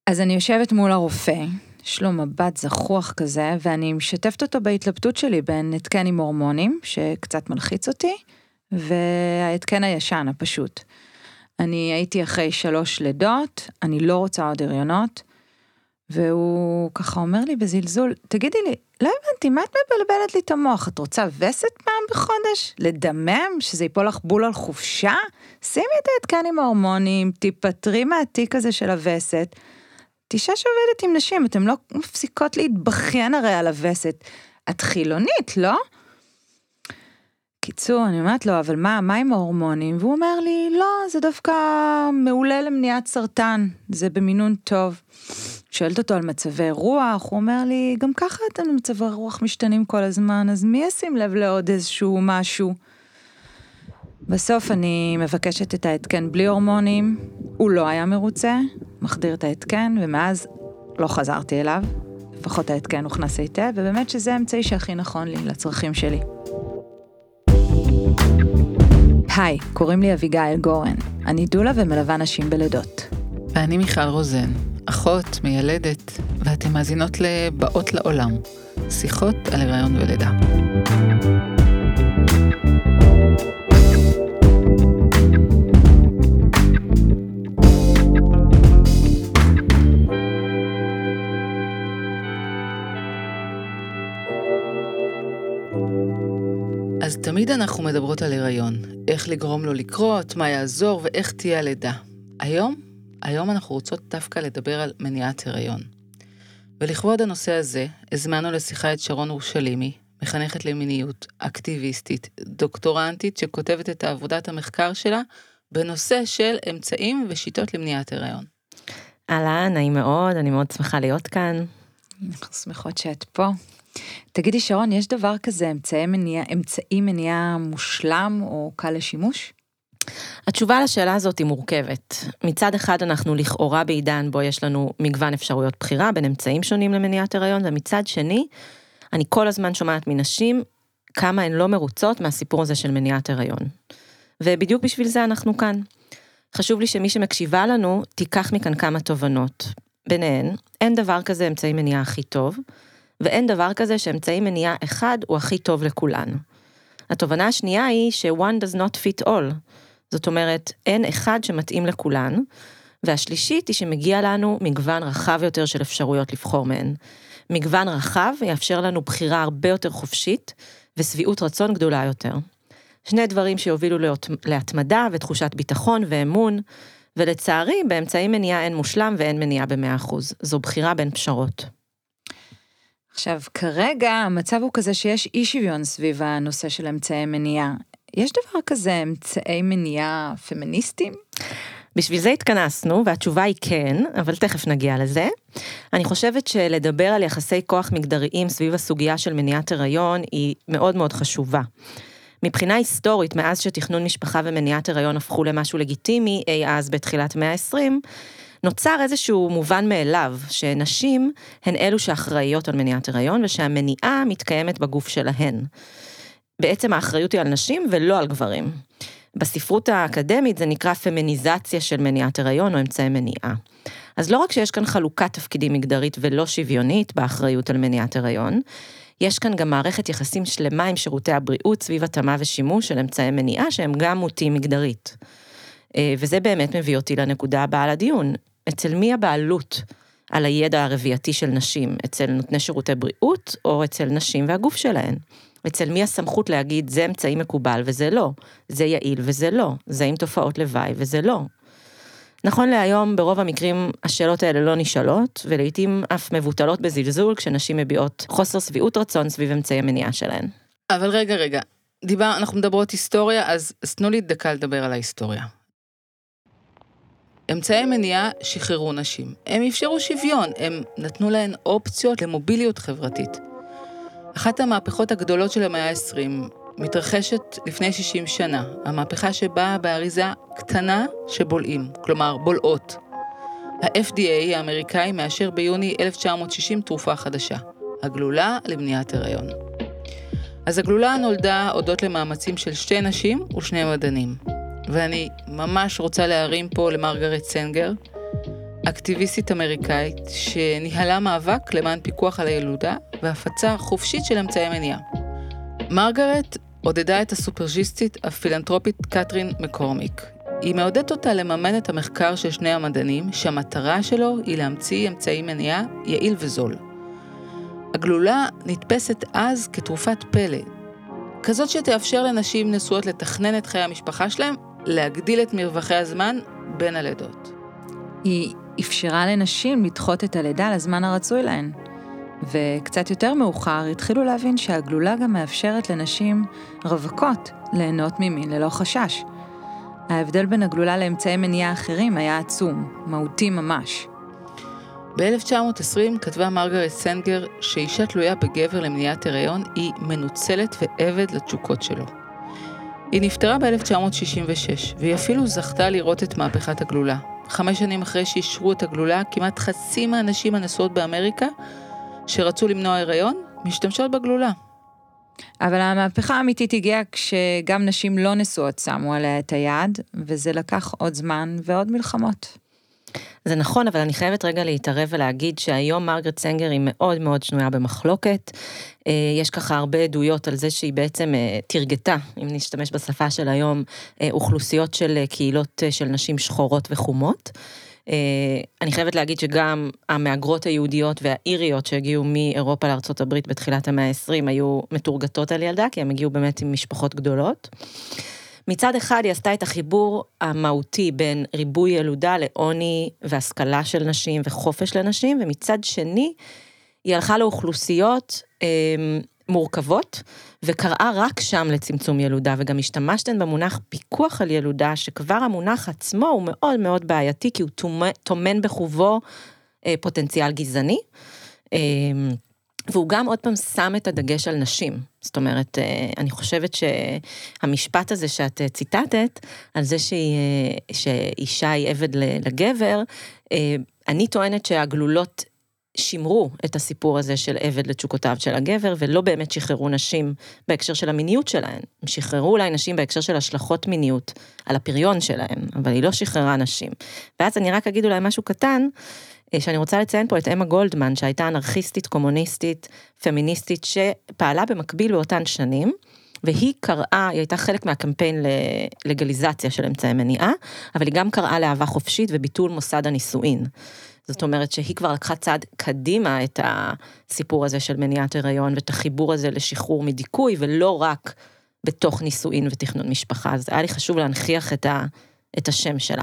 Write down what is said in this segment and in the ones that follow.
אז אני יושבת מול הרופא, יש לו מבט זחוח כזה, ואני משתפת אותו בהתלבטות שלי בין התקן עם הורמונים, שקצת מלחיץ אותי, וההתקן הישן, הפשוט. אני הייתי אחרי 3 לידות, אני לא רוצה עוד הריונות, והוא ככה אומר לי בזלזול, תגידי לי, לא הבנתי, מה את מבלבלת לי את המוח? את רוצה וסת פעם בחודש? לדמם? שזה ייפול לך בול על חופשה? שימי את ההתקן עם ההורמונים, תיפטרי מהתיק הזה של הווסת. את אישה שעובדת עם נשים, אתן לא מפסיקות להתבכיין הרי על הווסת. את חילונית, לא? קיצור, אני אומרת לו, אבל מה עם ההורמונים? והוא אומר לי, לא, זה דווקא מעולה למניעת סרטן, זה במינון טוב. שואלת אותו על מצבי רוח, הוא אומר לי, גם ככה אתם מצבי רוח משתנים כל הזמן, אז מי ישים לב לעוד איזשהו משהו? בסוף אני מבקשת את ההתקן בלי הורמונים, הוא לא היה מרוצה, מחדיר את ההתקן, ומאז לא חזרתי אליו, לפחות ההתקן הוכנס היטב, ובאמת שזה האמצעי שהכי נכון לי, לצרכים שלי. היי, קוראים לי אביגיל גורן, אני דולה ומלווה נשים בלידות. ואני מיכל רוזן, אחות, מיילדת, ואתם מאזינות לבאות לעולם, שיחות על הריון ולידה. אז תמיד אנחנו מדברות על הריון, איך לגרום לו לקרות, מה יעזור ואיך תהיה הלידה. היום אנחנו רוצות דווקא לדבר על מניעת הריון. ולכבוד הנושא הזה, הזמנו לשיחה את שרון אורשלימי, מחנכת למיניות, אקטיביסטית, דוקטורנטית שכותבת את עבודת המחקר שלה, בנושא של אמצעים ושיטות למניעת הריון. אהלן, נעים מאוד, אני מאוד שמחה להיות כאן. אנחנו שמחות שאת פה. תגידי שרון, יש דבר כזה אמצעי מניעה מושלם או קל לשימוש? התשובה לשאלה הזאת היא מורכבת. מצד אחד אנחנו לכאורה בעידן בו יש לנו מגוון אפשרויות בחירה בין אמצעים שונים למניעת הריון, ומצד שני, אני כל הזמן שומעת מנשים כמה הן לא מרוצות מהסיפור הזה של מניעת הריון. ובדיוק בשביל זה אנחנו כאן. חשוב לי שמי שמקשיבה לנו תיקח מכאן כמה תובנות. ביניהן, אין דבר כזה אמצעי מניעה הכי טוב, ואין דבר כזה שאמצעי מניעה אחד הוא הכי טוב לכולן. התובנה השנייה היא ש-one does not fit all. זאת אומרת, אין אחד שמתאים לכולן, והשלישית היא שמגיע לנו מגוון רחב יותר של אפשרויות לבחור מהן. מגוון רחב יאפשר לנו בחירה הרבה יותר חופשית, וסביעות רצון גדולה יותר. שני דברים שיובילו להתמדה ותחושת ביטחון ואמון, ולצערי, באמצעי מניעה אין מושלם ואין מניעה ב100%. זו בחירה בין פשרות. עכשיו, כרגע המצב הוא כזה שיש אי שוויון סביב הנושא של אמצעי מניעה. יש דבר כזה אמצעי מניעה פמיניסטיים? בשביל זה התכנסנו, והתשובה היא כן, אבל תכף נגיע לזה. אני חושבת שלדבר על יחסי כוח מגדריים סביב הסוגיה של מניעת הריון היא מאוד מאוד חשובה. מבחינה היסטורית, מאז שתכנון משפחה ומניעת הריון הפכו למשהו לגיטימי, אז בתחילת המאה ה-20, נוצר איזשהו מובן מאליו, שנשים הן אלו שאחראיות על מניעת הריון, ושהמניעה מתקיימת בגוף שלהן. בעצם האחריות היא על נשים ולא על גברים. בספרות האקדמית זה נקרא פמיניזציה של מניעת הריון או אמצעי מניעה. אז לא רק שיש כאן חלוקת תפקידים מגדרית ולא שוויונית באחריות על מניעת הריון, יש כאן גם מערכת יחסים שלמה עם שירותי הבריאות סביב התאמה ושימוש של אמצעי מניעה שהם גם מוטים מגדרית. וזה באמת מביא אותי לנקודה הבאה לדיון. אצל מי הבעלות על הידע הרבייתי של נשים? אצל נותני שירותי בריאות או אצל נשים והגוף שלהן? אצל מי הסמכות להגיד זה אמצעי מקובל וזה לא, זה יעיל וזה לא, זה עם תופעות לוואי וזה לא. נכון להיום ברוב המקרים השאלות האלה לא נשאלות, ולעיתים אף מבוטלות בזלזול כשנשים מביעות חוסר שביעות רצון סביב אמצעי המניעה שלהן. אבל רגע, אנחנו מדברות היסטוריה, אז תנו לי דקה לדבר על ההיסטוריה. אמצעי מניעה שחררו נשים. הם אפשרו שוויון, הם נתנו להן אופציות למוביליות חברתית. אחת המהפכות הגדולות של המאה ה-20 מתרחשת לפני 60 שנה. המהפכה שבאה באריזה קטנה שבולעים, כלומר בולעות. ה-FDA האמריקאי מאשר ביוני 1960 תרופה חדשה, הגלולה למניעת הריון. אז הגלולה נולדה הודות למאמצים של 2 נשים ו2 מדענים. ואני ממש רוצה להרים פה למרגרט סנגר, אקטיביסטית אמריקאית שניהלה מאבק למען פיקוח על הילודה והפצה חופשית של אמצעי מניעה. מרגרט עודדה את הסופרג'יסטית הפילנטרופית קתרין מקורמיק. היא מעודדת אותה לממן את המחקר של שני המדענים, שהמטרה שלו היא להמציא אמצעי מניעה יעיל וזול. הגלולה נתפסת אז כתרופת פלא, כזאת שתאפשר לנשים נשואות לתכנן את חיי המשפחה שלהם, להגדיל את מרווחי הזמן בין הלידות. היא אפשרה לנשים לדחות את הלידה לזמן הרצוי להן. וקצת יותר מאוחר התחילו להבין שהגלולה גם מאפשרת לנשים רווקות ליהנות ממין ללא חשש. ההבדל בין הגלולה לאמצעי מניעה אחרים היה עצום, מהותי ממש. ב-1920 כתבה מרגרט סנגר שאישה תלויה בגבר למניעת הריון היא מנוצלת ועבד לתשוקות שלו. היא נפטרה ב-1966 והיא אפילו זכתה לראות את מהפכת הגלולה. 5 שנים אחרי שאישרו את הגלולה, כמעט חצי מהנשים הנשואות באמריקה שרצו למנוע הריון משתמשות בגלולה. אבל המהפכה האמיתית הגיעה כשגם נשים לא נשואות שמו עליה את היד, וזה לקח עוד זמן ועוד מלחמות. זה נכון, אבל אני חייבת רגע להתערב ולהגיד שהיום מרגרט סנגר היא מאוד מאוד שנויה במחלוקת. יש ככה הרבה עדויות על זה שהיא בעצם תרגתה, אם נשתמש בשפה של היום, אוכלוסיות של קהילות של נשים שחורות וחומות. אני חייבת להגיד שגם המהגרות היהודיות והאיריות שהגיעו מאירופה לארצות הברית בתחילת המאה ה-20 היו מתורגתות על ילדה, כי הם הגיעו באמת עם משפחות גדולות. מצד אחד היא עשתה את החיבור המהותי בין ריבוי ילודה לעוני והשכלה של נשים וחופש לנשים, ומצד שני היא הלכה לאוכלוסיות מורכבות, וקראה רק שם לצמצום ילודה, וגם השתמשתן במונח פיקוח על ילודה, שכבר המונח עצמו הוא מאוד מאוד בעייתי, כי הוא תומן בחובו פוטנציאל גזעני, והוא גם עוד פעם שם את הדגש על נשים. זאת אומרת, אני חושבת שהמשפט הזה שאת ציטטת, על זה שאישה היא עבד לגבר, אני טוענת שהגלולות שימרו את הסיפור הזה של עבד לתשוקותיו של הגבר, ולא באמת שחררו נשים בהקשר של המיניות שלהן. הם שחררו אולי נשים בהקשר של השלכות מיניות על הפריון שלהן, אבל היא לא שחררה נשים. ואז אני רק אגיד אולי משהו קטן, שאני רוצה לציין פה את אמה גולדמן, שהייתה אנרכיסטית, קומוניסטית, פמיניסטית, שפעלה במקביל באותן שנים, והיא קראה, היא הייתה חלק מהקמפיין ללגליזציה של אמצעי מניעה, אבל היא גם קראה לאהבה חופשית וביטול מוסד הנישואין. זאת אומרת שהיא כבר לקחה צעד קדימה את הסיפור הזה של מניעת הריון, ואת החיבור הזה לשחרור מדיכוי, ולא רק בתוך נישואין ותכנון משפחה. אז היה לי חשוב להנכיח את השם שלה.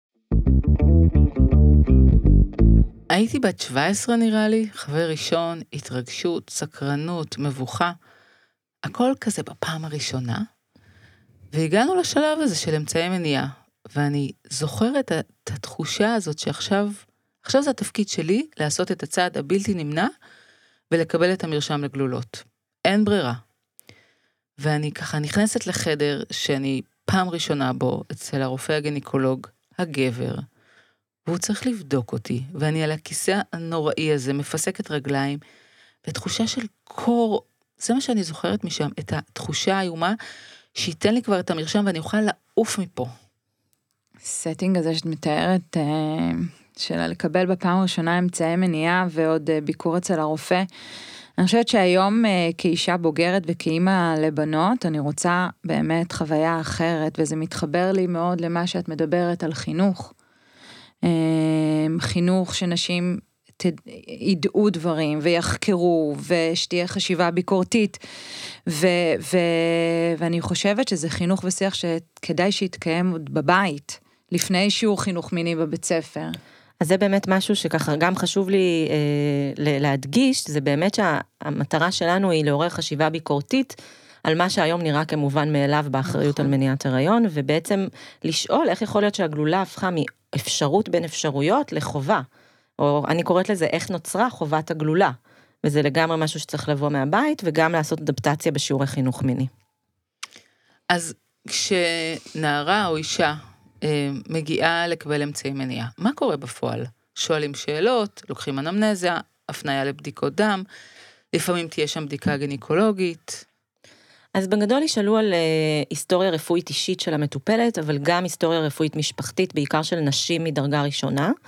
הייתי בת 17 נראה לי, חבר ראשון, התרגשות, סקרנות, מבוכה, הכל כזה בפעם הראשונה, והגענו לשלב הזה של אמצעי מניעה, ואני זוכרת את התחושה הזאת שעכשיו זה התפקיד שלי לעשות את הצעד הבלתי נמנע, ולקבל את המרשם לגלולות. אין ברירה. ואני ככה נכנסת לחדר שאני פעם ראשונה בו, אצל הרופא הגניקולוג, הגבר, והוא צריך לבדוק אותי, ואני על הכיסא הנוראי הזה, מפסקת רגליים, ותחושה של קור, זה מה שאני זוכרת משם, את התחושה האיומה, שייתן לי כבר את המרשם, ואני אוכל לעוף מפה. סטינג הזה שאת מתארת, של לקבל בפעם הראשונה אמצעי מניעה, ועוד ביקור אצל הרופא, אני חושבת שהיום כאישה בוגרת וכאימא לבנות, אני רוצה באמת חוויה אחרת, וזה מתחבר לי מאוד למה שאת מדברת על חינוך. חינוך שנשים ידעו דברים ויחקרו ושתהיה חשיבה ביקורתית ואני חושבת שזה חינוך ושיח שכדאי שיתקיים עוד בבית לפני שיעור חינוך מיני בבית ספר. אז זה באמת משהו שככה גם חשוב לי להדגיש, זה באמת שהמטרה שלנו היא לעורר חשיבה ביקורתית על מה שהיום נראה כמובן מאליו באחריות על מניעת הריון, ובעצם לשאול איך יכול להיות שהגלולה הפכה מאפשרות בין אפשרויות לחובה, או אני קוראת לזה איך נוצרה חובת הגלולה, וזה לגמרי משהו שצריך לבוא מהבית, וגם לעשות אדפטציה בשיעורי חינוך מיני. אז כשנערה או אישה מגיעה לקבל אמצעי מניעה, מה קורה בפועל? שואלים שאלות, לוקחים אנמנזיה, הפניה לבדיקות דם, לפעמים תהיה שם בדיקה גניקולוגית. אז בגדול ישאלו על היסטוריה רפואית אישית של המטופלת, אבל גם היסטוריה רפואית משפחתית, בעיקר של נשים מדרגה ראשונה.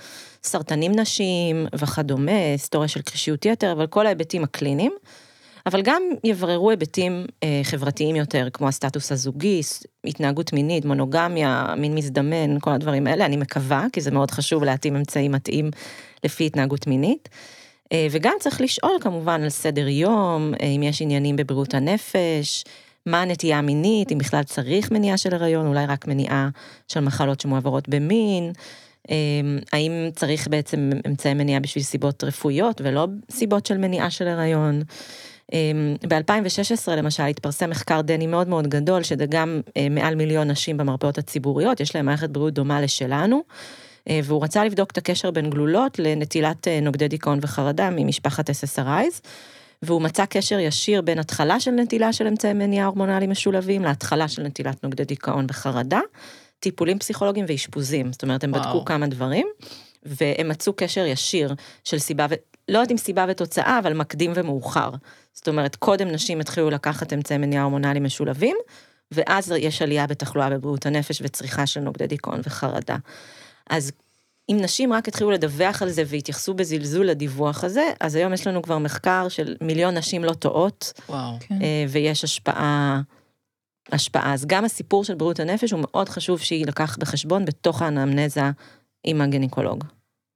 סרטנים נשיים וכדומה, היסטוריה של קרישיות יתר, אבל כל ההיבטים הקליניים, אבל גם יבררו היבטים חברתיים יותר, כמו הסטטוס הזוגי, התנהגות מינית, מונוגמיה, מין מזדמן, כל הדברים האלה, אני מקווה, כי זה מאוד חשוב להתאים אמצעים מתאים לפי התנהגות מינית, וגם צריך לשאול כמובן על סדר יום, אם יש עניינים בבריאות הנפש, מה הנטייה המינית, אם בכלל צריך מניעה של הריון, אולי רק מניעה של מחלות שמועברות במין, האם צריך בעצם אמצעי מניעה בשביל סיבות רפואיות, ולא סיבות של מניעה של הריון. ב-2016 למשל התפרסם מחקר דני מאוד מאוד גדול, שדגם מעל 1,000,000 נשים במרפאות הציבוריות, יש להם מערכת בריאות דומה לשלנו, והוא רצה לבדוק את הקשר בין גלולות לנטילת נוגדי דיכאון וחרדה ממשפחת SSRIs, והוא מצא קשר ישיר בין התחלה של נטילה של אמצעי מניעה הורמונליים משולבים, להתחלה של נטילת נוגדי דיכאון וחרדה, טיפולים פסיכולוגיים ואשפוזים, זאת אומרת, הם בדקו כמה דברים, והם מצאו קשר ישיר של סיבה, לא יודעת אם סיבה ותוצאה, אבל מקדים ומאוחר. זאת אומרת, קודם נשים התחילו לקחת אמצעי מניעה הורמונליים משולבים, ואז יש עלייה בתחלואה בבריאות הנפש וצריכה של נוגדי דיכאון וחרדה. אז אם נשים רק התחילו לדווח על זה והתייחסו בזלזול לדיווח הזה, אז היום יש לנו כבר מחקר של 1,000,000 נשים לא טועות, ויש השפעה. אז גם הסיפור של בריאות הנפש הוא מאוד חשוב שהיא לקח בחשבון בתוך האנמנזה עם הגניקולוג.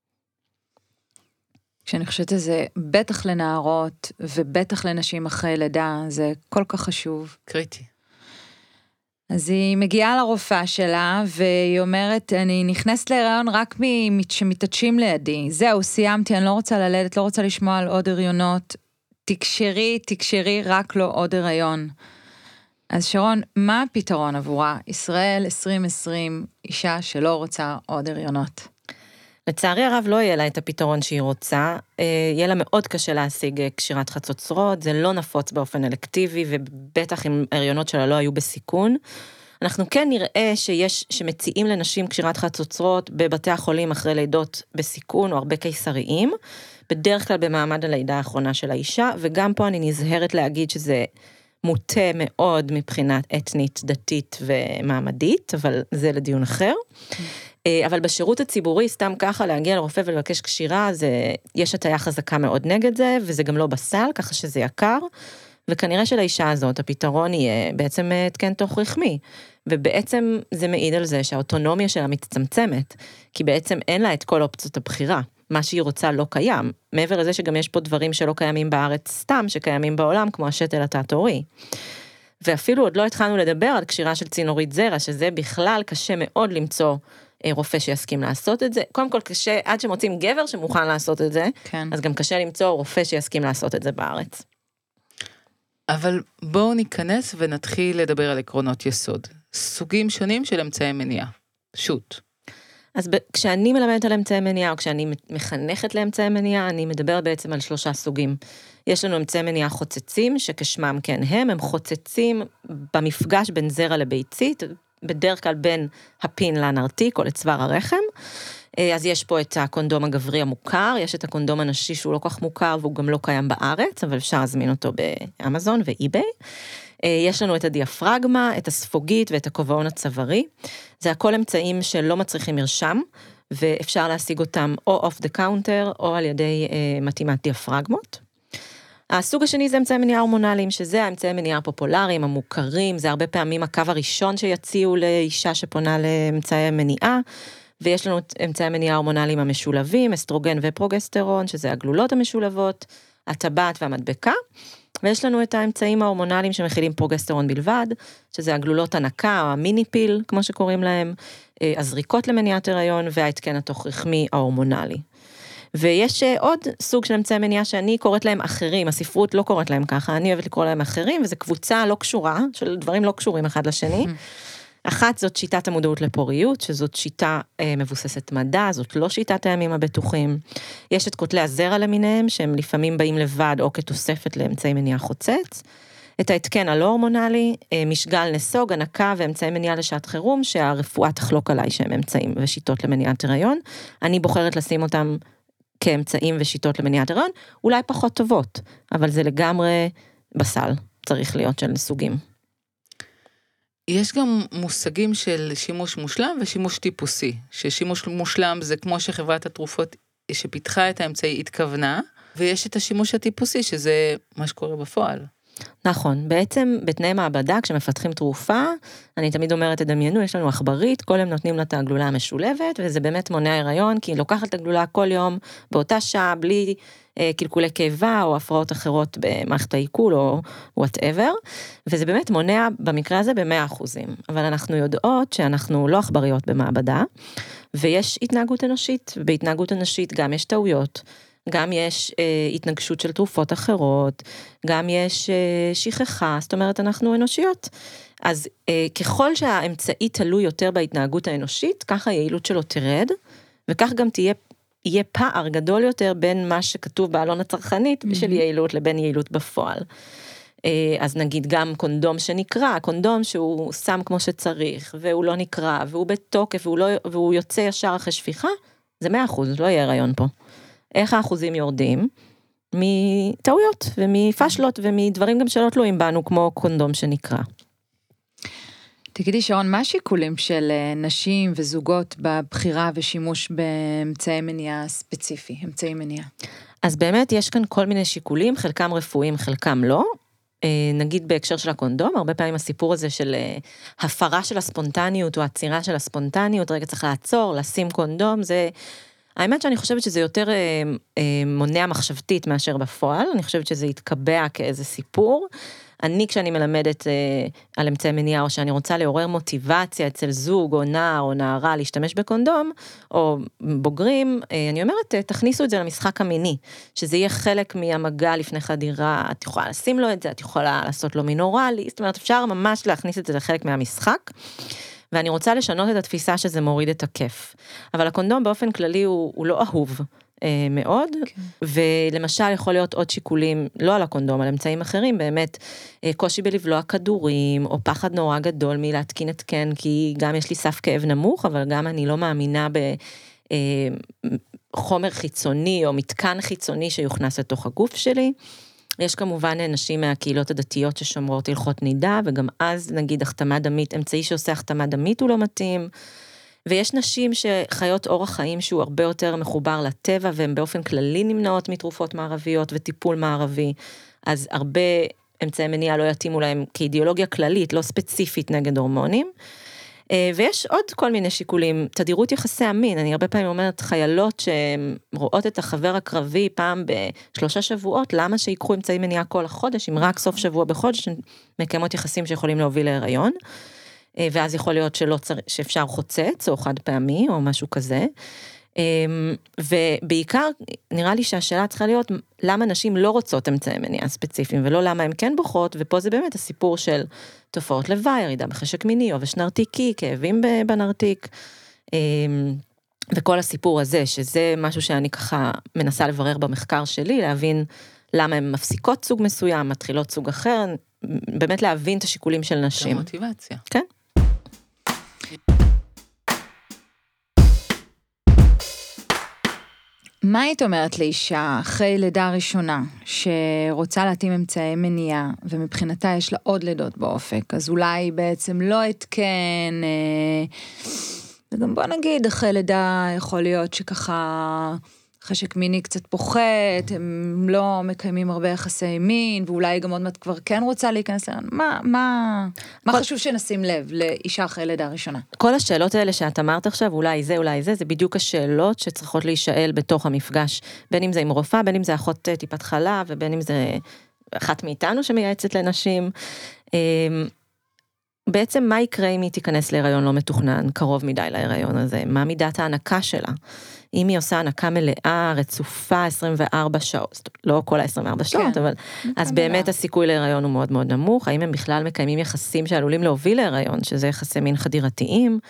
כשאני חושבת על זה, בטח לנערות ובטח לנשים אחרי לידה, זה כל כך חשוב. קריטי. אז היא מגיעה לרופאה שלה, והיא אומרת, אני נכנסת להיריון רק שמתעדשים לידי. זהו, סיימתי, אני לא רוצה ללדת, לא רוצה לשמוע על עוד הריונות. תקשרי, רק לא עוד הריון. אז שרון, מה הפתרון עבורה? ישראל 2020, אישה שלא רוצה עוד הריונות. לצערי הרב לא יהיה לה את הפתרון שהיא רוצה, יהיה לה מאוד קשה להשיג קשירת חצוצרות, זה לא נפוץ באופן אלקטיבי, ובטח אם הריונות שלה לא היו בסיכון. אנחנו כן נראה שמציעים לנשים קשירת חצוצרות בבתי החולים אחרי לידות בסיכון, או הרבה קיסריים, בדרך כלל במעמד הלידה האחרונה של האישה, וגם פה אני נזהרת להגיד שזה מוטה מאוד מבחינת אתנית, דתית ומעמדית, אבל זה לדיון אחר. אבל בשירות הציבורי, סתם ככה להגיע לרופא ולבקש קשירה, יש הטיה חזקה מאוד נגד זה, וזה גם לא בסל, ככה שזה יקר, וכנראה שלאישה הזאת הפתרון יהיה בעצם התקן תוך רחמי, ובעצם זה מעיד על זה שהאוטונומיה שלה מצטמצמת, כי בעצם אין לה את כל אופציות הבחירה, מה שהיא רוצה לא קיים, מעבר לזה שגם יש פה דברים שלא קיימים בארץ סתם, שקיימים בעולם, כמו השתל התת-עורי. ואפילו עוד לא התחלנו לדבר על קשירה של צינורית זרע, שזה בכלל קשה מאוד למצוא רופא שיסכים לעשות את זה. קודם כל קשה, עד שמוצאים גבר שמוכן לעשות את זה, כן. אז גם קשה למצוא רופא שיסכים לעשות את זה בארץ. אבל בואו ניכנס ונתחיל לדבר על עקרונות יסוד. סוגים שונים של אמצעי מניעה. פשוט. אז כשאני מלמדת על אמצעי מניעה, או כשאני מחנכת לאמצעי מניעה, אני מדברת בעצם על 3 סוגים. יש לנו אמצעי מניעה חוצצים, שכשמם כן הם חוצצים במפגש בין זרע לביצית, בדרך כלל בין הפין לנרתיק או לצוואר הרחם, אז יש פה את הקונדום הגברי המוכר, יש את הקונדום הנשי שהוא לא כך מוכר, והוא גם לא קיים בארץ, אבל אפשר להזמין אותו באמזון ואיביי. יש לנו את הדיאפרגמה, את הספוגית ואת הכובעון הצווארי. זה הכל אמצעים שלא מצריכים מרשם, ואפשר להשיג אותם או off the counter, או על ידי מתאימת דיאפרגמות. הסוג השני זה אמצעי מניעה הורמונליים, שזה האמצעי מניעה הפופולריים, המוכרים, זה הרבה פעמים הקו הראשון שיציעו לאישה שפונה לאמצעי מניעה, ויש לנו אמצעי המניעה ההורמונליים המשולבים, אסטרוגן ופרוגסטרון, שזה הגלולות המשולבות, הטבעת והמדבקה, ויש לנו את האמצעים ההורמונליים שמכילים פרוגסטרון בלבד, שזה הגלולות הנקה או המיני פיל, כמו שקוראים להם, הזריקות למניעת הריון וההתקן התוך רחמי ההורמונלי. ויש עוד סוג של אמצעי מניעה שאני קוראת להם אחרים, הספרות לא קוראת להם ככה, אני אוהבת לקרוא להם אחרים, וזו קבוצה לא קשורה, של דברים לא קשורים אחד לשני. אחת זאת שיטת המודעות לפוריות, שזאת שיטה מבוססת מדע, זאת לא שיטת הימים הבטוחים. יש את כותלי הזרע למיניהם, שהם לפעמים באים לבד או כתוספת לאמצעי מניעה חוצץ. את ההתקן הלא הורמונלי, משגל נסוג, הנקה ואמצעי מניעה לשעת חירום, שהרפואה תחלוק עליי שהם אמצעים ושיטות למניעת הריון. אני בוחרת לשים אותם כאמצעים ושיטות למניעת הריון, אולי פחות טובות, אבל זה לגמרי בסל, צריך להיות של סוגים. יש גם מושגים של שימוש מושלם ושימוש טיפוסי, ששימוש מושלם זה כמו שחברת התרופות שפיתחה את האמצעי התכוונה, ויש את השימוש הטיפוסי שזה מה שקורה בפועל. נכון, בעצם בתנאי מעבדה, כשמפתחים תרופה, אני תמיד אומרת, תדמיינו, יש לנו עכברית, כל יום נותנים לה את הגלולה המשולבת, וזה באמת מונע הריון, כי היא לוקחת את הגלולה כל יום, באותה שעה, בלי קלקולי קיבה, או הפרעות אחרות במערכת העיכול, או whatever, וזה באמת מונע במקרה הזה ב100%. אבל אנחנו יודעות שאנחנו לא עכבריות במעבדה, ויש התנהגות אנושית, ובהתנהגות אנושית גם יש טעויות, גם יש התנגשות של תרופות אחרות, גם יש שכחה, זאת אומרת, אנחנו אנושיות. אז ככל שהאמצעי תלוי יותר בהתנהגות האנושית, ככה היעילות שלו תרד, וכך גם יהיה פער גדול יותר בין מה שכתוב בעלון הצרכנית של יעילות לבין יעילות בפועל. אז נגיד גם קונדום שנקרא, קונדום שהוא שם כמו שצריך, והוא לא נקרא, והוא בתוקף, והוא יוצא ישר אחרי שפיכה, זה 100%, לא יהיה הריון פה. איך האחוזים יורדים? מטעויות ומפשלות ומדברים גם שלא תלויים בנו, כמו קונדום שנקרא. תגידי שרון, מה השיקולים של נשים וזוגות בבחירה ושימוש באמצעי מניעה ספציפי, אמצעי מניעה? אז באמת יש כאן כל מיני שיקולים, חלקם רפואיים, חלקם לא. נגיד בהקשר של הקונדום, הרבה פעמים הסיפור הזה של הפרה של הספונטניות או עצירה של הספונטניות, רגע צריך לעצור, לשים קונדום, זה... האמת שאני חושבת שזה יותר מונע מחשבתית מאשר בפועל, אני חושבת שזה יתקבע כאיזה סיפור. אני כשאני מלמדת על אמצעי מניעה, או שאני רוצה לעורר מוטיבציה אצל זוג או נער או נערה להשתמש בקונדום, או בוגרים, אני אומרת, תכניסו את זה למשחק המיני, שזה יהיה חלק מהמגע לפני חדירה, את יכולה לשים לו את זה, את יכולה לעשות לו מינורלי, זאת אומרת, אפשר ממש להכניס את זה לחלק מהמשחק, ואני רוצה לשנות את התפיסה שזה מוריד את הכיף. אבל הקונדום באופן כללי הוא לא אהוב מאוד, ולמשל יכול להיות עוד שיקולים, לא על הקונדום, על אמצעים אחרים, באמת קושי בלבלוע כדורים, או פחד נורא גדול מלהתקין התקן, כי גם יש לי סף כאב נמוך, אבל גם אני לא מאמינה בחומר חיצוני, או מתקן חיצוני שיוכנס לתוך הגוף שלי. יש כמובן נשים מהקהילות הדתיות ששומרות הלכות נידה, וגם אז נגיד החתמה דמית, אמצעי שעושה החתמה דמית הוא לא מתאים, ויש נשים שחיות אורח חיים שהוא הרבה יותר מחובר לטבע, והן באופן כללי נמנעות מתרופות מערביות וטיפול מערבי, אז הרבה אמצעי מניעה לא יתאימו להם כאידיאולוגיה כללית, לא ספציפית נגד הורמונים, ויש עוד כל מיני שיקולים, תדירות יחסי המין, אני הרבה פעמים אומרת חיילות שרואות את החבר הקרבי פעם ב3 שבועות, למה שיקחו אמצעי מניעה כל החודש, אם רק סוף שבוע בחודש, מקיימות יחסים שיכולים להוביל להיריון, ואז יכול להיות שאפשר חוצץ או חד פעמי או משהו כזה, ובעיקר נראה לי שהשאלה צריכה להיות למה נשים לא רוצות אמצעי מניעה ספציפיים ולא למה הן כן בוחרות, ופה זה באמת הסיפור של תופעות לוואי, ירידה בחשק מיני, עובש נרתיקי, כאבים בנרתיק, וכל הסיפור הזה, שזה משהו שאני ככה מנסה לברר במחקר שלי, להבין למה הן מפסיקות סוג מסוים, מתחילות סוג אחר, באמת להבין את השיקולים של נשים. המוטיבציה. כן. מה היית אומרת לאישה אחרי לידה ראשונה, שרוצה להתאים אמצעי מניעה, ומבחינתה יש לה עוד לידות באופק, אז אולי בעצם לא התקן, וגם בוא נגיד, אחרי לידה יכול להיות שככה חשק מיני קצת פוחת, הם לא מקיימים הרבה יחסי מין, ואולי גם עוד מעט כבר כן רוצה להיכנס אלינו. מה חשוב שנשים לב לאישה אחרי לידה ראשונה? כל השאלות האלה שאת אמרת עכשיו, אולי זה, זה בדיוק השאלות שצריכות להישאל בתוך המפגש, בין אם זה עם רופאה, בין אם זה אחות טיפת חלב, ובין אם זה אחת מאיתנו שמייעצת לנשים. בעצם מה יקרה אם היא תיכנס להיריון לא מתוכנן, קרוב מדי להיריון הזה? מה מידת ההנקה שלה? אם היא עושה הנקה מלאה, רצופה 24 שעות, לא כל ה-24 שעות, אבל אז באמת הסיכוי להיריון הוא מאוד מאוד נמוך, האם הם בכלל מקיימים יחסים שעלולים להוביל להיריון, שזה יחסי מין חדירתיים,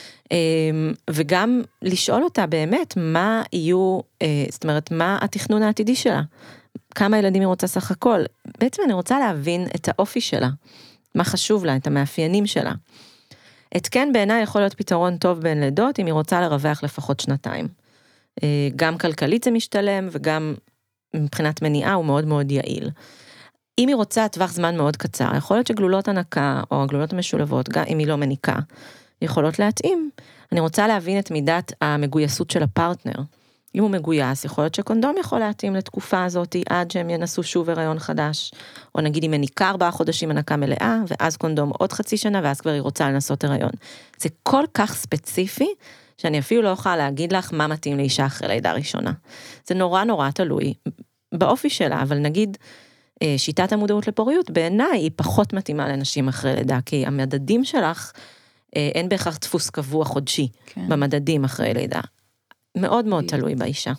וגם לשאול אותה באמת מה יהיו, זאת אומרת, מה התכנון העתידי שלה, כמה ילדים היא רוצה סך הכל, בעצם אני רוצה להבין את האופי שלה, מה חשוב לה, את המאפיינים שלה. התקן בעיניי יכול להיות פתרון טוב בין לידות, אם היא רוצה לרווח לפחות 2. גם כלכלית זה משתלם, וגם מבחינת מניעה הוא מאוד מאוד יעיל. אם היא רוצה טווח זמן מאוד קצר, יכול להיות שגלולות הנקה, או הגלולות המשולבות, גם אם היא לא מניקה, יכולות להתאים. אני רוצה להבין את מידת המגויסות של הפרטנר. אם הוא מגויס, יכול להיות שקונדום יכול להתאים לתקופה הזאת, עד שהם ינסו שוב הריון חדש, או נגיד היא מניקה 4 חודשים הנקה מלאה, ואז קונדום עוד חצי שנה, ואז כבר היא רוצה לנסות הריון. זה כל כך ספציפי, שאני אפילו לא יכולה להגיד לך מה מתאים לאישה אחרי לידה ראשונה. זה נורא נורא תלוי באופי שלה, אבל נגיד, שיטת המודעות לפוריות, בעיניי היא פחות מתאימה לנשים אחרי לידה, כי המדדים שלך, אין בהכרח דפוס קבוע חודשי, במדדים אחרי לידה. מאוד מאוד תלוי באישה.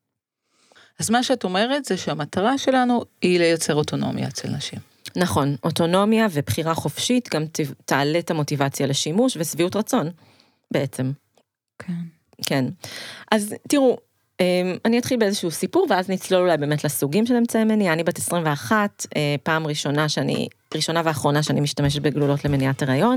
אז מה שאת אומרת זה שהמטרה שלנו היא לייצר אוטונומיה אצל נשים. נכון, אוטונומיה ובחירה חופשית גם תעלה את המוטיבציה לשימוש וסביעות רצון, בעצם. כן. כן. אז תראו, אני אתחיל באיזשהו סיפור, ואז נצלול אולי באמת לסוגים של אמצעי מניעה. אני בת 21, פעם ראשונה ואחרונה שאני משתמשת בגלולות למניעת הריון.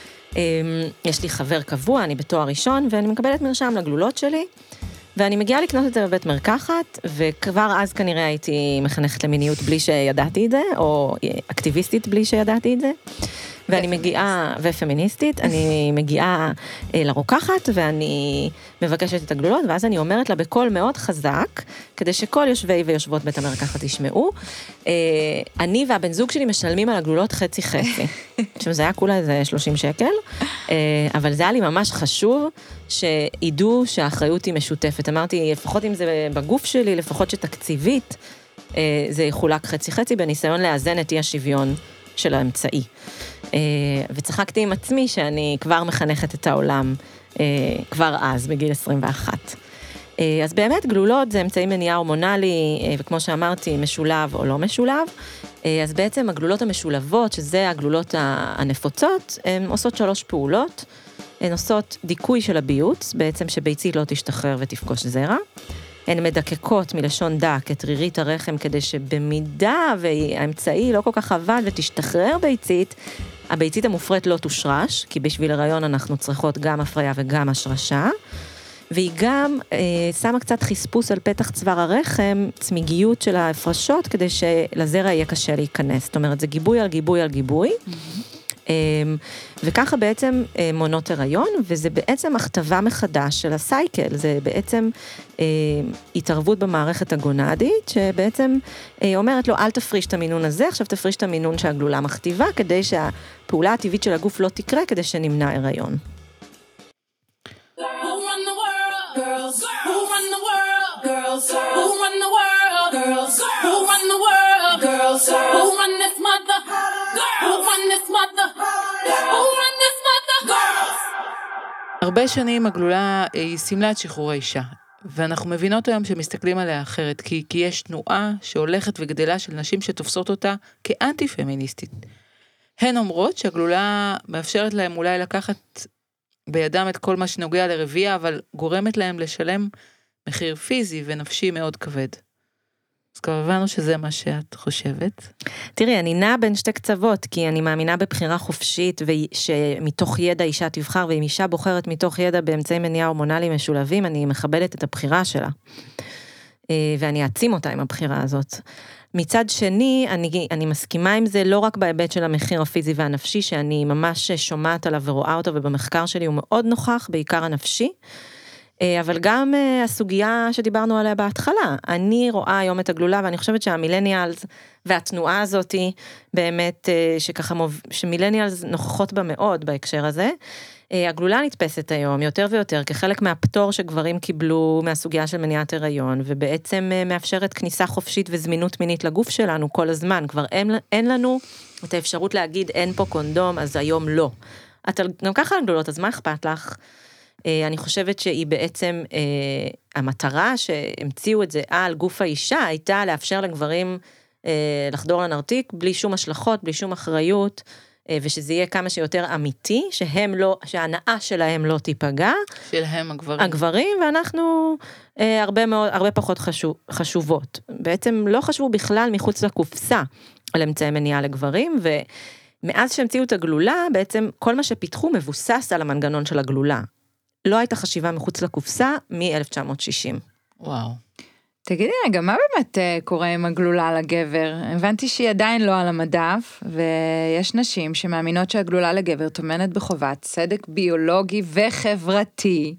יש לי חבר קבוע, אני בתואר ראשון, ואני מקבלת מרשם לגלולות שלי, ואני מגיעה לקנות את זה בבית מרקחת, וכבר אז כנראה הייתי מחנכת למיניות בלי שידעתי את זה, או אקטיביסטית בלי שידעתי את זה, ואני מגיעה, ופמיניסטית, אני מגיעה לרוקחת, ואני מבקשת את הגלולות, ואז אני אומרת לה בקול מאוד חזק, כדי שכל יושבי ויושבות בית המרקחת ישמעו, אני והבן זוג שלי משלמים על הגלולות חצי-חצי. עכשיו זה היה כולה איזה 30 שקל, אבל זה היה לי ממש חשוב, שידעו שהאחריות היא משותפת. אמרתי, לפחות אם זה בגוף שלי, לפחות שתקציבית, זה יחולק חצי-חצי, בניסיון לאזן את אי השוויון של האמצעי. וצחקתי עם עצמי שאני כבר מחנכת את העולם, כבר אז, בגיל 21. אז באמת גלולות זה אמצעי מניעה הורמונלי, וכמו שאמרתי, משולב או לא משולב. אז בעצם הגלולות המשולבות, שזה הגלולות הנפוצות, הן עושות 3 פעולות. הן עושות דיכוי של הביוץ, בעצם שביצית לא תשתחרר ותפגוש זרע. הן מדקקות מלשון דק את רירית הרחם, כדי שבמידה והאמצעי לא כל כך עבד ותשתחרר ביצית, הביצית המופרית לא תושרש, כי בשביל הריון אנחנו צריכות גם הפריה וגם השרשה, והיא גם שמה קצת חספוס על פתח צוואר הרחם, צמיגיות של ההפרשות, כדי שלזרע יהיה קשה להיכנס. זאת אומרת, זה גיבוי על גיבוי על גיבוי, וככה בעצם מונות הריון, וזה בעצם הכתבה מחדש של הסייקל, זה בעצם התערבות במערכת הגונדית, שבעצם אומרת לו, אל תפריש את המינון הזה, עכשיו תפריש את המינון שהגלולה מכתיבה, כדי שהפעולה הטבעית של הגוף לא תקרה, כדי שנמנע הריון. הרבה שנים הגלולה היא סמלת שחרור האישה, ואנחנו מבינות היום שמסתכלים עליה אחרת, כי יש תנועה שהולכת וגדלה של נשים שתופסות אותה כאנטי-פמיניסטית. הן אומרות שהגלולה מאפשרת להם אולי לקחת בידם את כל מה שנוגע לרבייה, אבל גורמת להם לשלם מחיר פיזי ונפשי מאוד כבד. אז כבר הבנו שזה מה שאת חושבת. תראי, אני נעה בין 2 קצוות, כי אני מאמינה בבחירה חופשית, שמתוך ידע אישה תבחר, ואם אישה בוחרת מתוך ידע באמצעי מניעה הורמונליים משולבים, אני מכבדת את הבחירה שלה. ואני אעצים אותה עם הבחירה הזאת. מצד שני, אני מסכימה עם זה לא רק בהיבט של המחיר הפיזי והנפשי, שאני ממש שומעת עליו ורואה אותו, ובמחקר שלי הוא מאוד נוכח, בעיקר הנפשי, אבל גם הסוגיה שדיברנו עליה בהתחלה, אני רואה היום את הגלולה, ואני חושבת שהמילניאלס והתנועה הזאת, באמת שככה שמילניאלס נוכחות בה מאוד בהקשר הזה, הגלולה נתפסת היום יותר ויותר כחלק מהפטור שגברים קיבלו מהסוגיה של מניעת הריון, ובעצם מאפשרת כניסה חופשית וזמינות מינית לגוף שלנו כל הזמן, כבר אין לנו את האפשרות להגיד אין פה קונדום, אז היום לא. את גם ככה הגלולות, אז מה אכפת לך? אני חושבת שהיא בעצם, המטרה שהמציאו את זה על גוף האישה, הייתה לאפשר לגברים לחדור לנרתיק, בלי שום השלכות, בלי שום אחריות, ושזה יהיה כמה שיותר אמיתי, שההנאה שלהם לא תיפגע. שלהם הגברים. הגברים, ואנחנו הרבה פחות חשובות. בעצם לא חשבו בכלל מחוץ לקופסה על אמצעי מניעה לגברים, ומאז שהמציאו את הגלולה, בעצם כל מה שפיתחו מבוסס על המנגנון של הגלולה. לא הייתה חשיבה מחוץ לקופסה מ-1960. וואו. תגידי רגע, מה באמת קורה עם הגלולה לגבר? הבנתי שהיא עדיין לא על המדף, ויש נשים שמאמינות שהגלולה לגבר טומנת בחובת צדק ביולוגי וחברתי.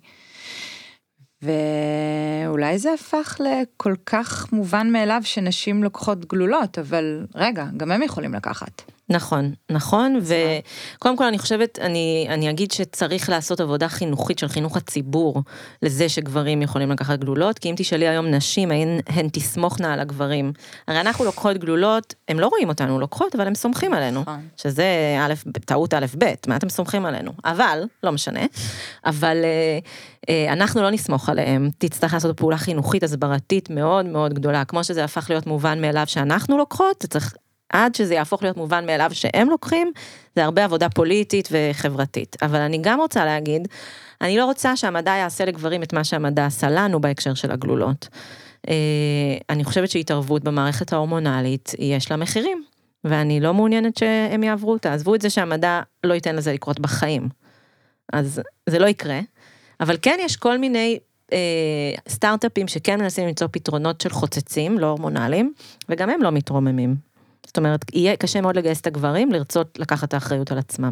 ואולי זה הפך לכל כך מובן מאליו שנשים לוקחות גלולות, אבל רגע, גם הם יכולים לקחת. נכון, נכון, וקודם כל אני חושבת, אני אגיד שצריך לעשות עבודה חינוכית של חינוך הציבור, לזה שגברים יכולים לקחת גלולות, כי אם תשאלי היום נשים, הן תסמוכנה על הגברים. הרי אנחנו לוקחות גלולות, הם לא רואים אותנו לוקחות, אבל הם סומכים עלינו, שזה טעות א' ב', מה אתם סומכים עלינו? אבל, לא משנה, אבל אנחנו לא נסמוך עליהם, תצטרך לעשות פעולה חינוכית, הסברתית מאוד מאוד גדולה, כמו שזה הפך להיות מובן מאליו שאנחנו לוקחות, זה צריך עד שזה יהפוך להיות מובן מאליו שהם לוקחים, זה הרבה עבודה פוליטית וחברתית. אבל אני גם רוצה להגיד, אני לא רוצה שהמדע יעשה לגברים את מה שהמדע עשה לנו בהקשר של הגלולות. אני חושבת שהתערבות במערכת ההורמונלית, יש לה מחירים, ואני לא מעוניינת שהם יעברו אותה. עזבו את זה שהמדע לא ייתן לזה לקרות בחיים. אז זה לא יקרה. אבל כן יש כל מיני סטארט-אפים שכן מנסים למצוא פתרונות של חוצצים, לא הורמונליים, וגם הם לא מתרוממים. זאת אומרת, יהיה קשה מאוד לגייס את הגברים, לרצות לקחת את האחריות על עצמם.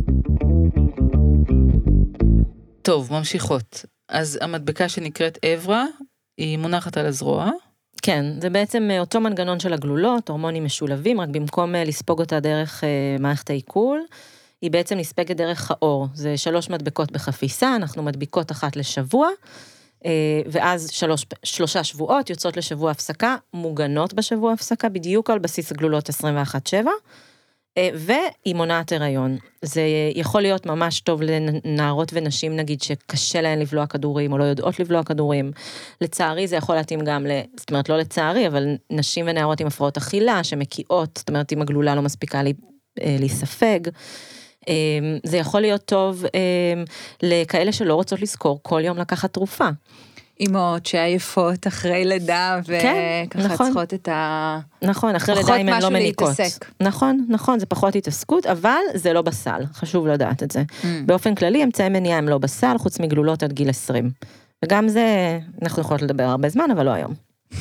טוב, ממשיכות. אז המדבקה שנקראת אברה, היא מונחת על הזרוע. כן, זה בעצם אותו מנגנון של הגלולות, הורמונים משולבים, רק במקום לספוג אותה דרך מערכת העיכול, היא בעצם נספגת דרך האור. זה 3 מדבקות בחפיסה, אנחנו מדביקות אחת לשבוע, ואז 3 שבועות יוצאות לשבוע הפסקה, מוגנות בשבוע הפסקה, בדיוק על בסיס הגלולות 21/7, והיא מונעת הריון. זה יכול להיות ממש טוב לנערות ונשים, נגיד, שקשה להן לבלוע כדורים, או לא יודעות לבלוע כדורים. לצערי זה יכול להתאים גם, זאת אומרת, לא לצערי, אבל נשים ונערות עם הפרעות אכילה, שמקיאות, זאת אומרת, אם הגלולה לא מספיקה להיספג, זה יכול להיות טוב לכאלה שלא רוצות לזכור כל יום לקחת תרופה. אמהות שעייפות אחרי לידה וככה צריכות את ה... נכון, אחרי לידה אם הן לא מניקות. נכון, נכון, זה פחות התעסקות, אבל זה לא בסל, חשוב לדעת את זה. באופן כללי, אמצעי מניעה הם לא בסל, חוץ מגלולות עד גיל 20. וגם זה, אנחנו יכולות לדבר הרבה זמן, אבל לא היום.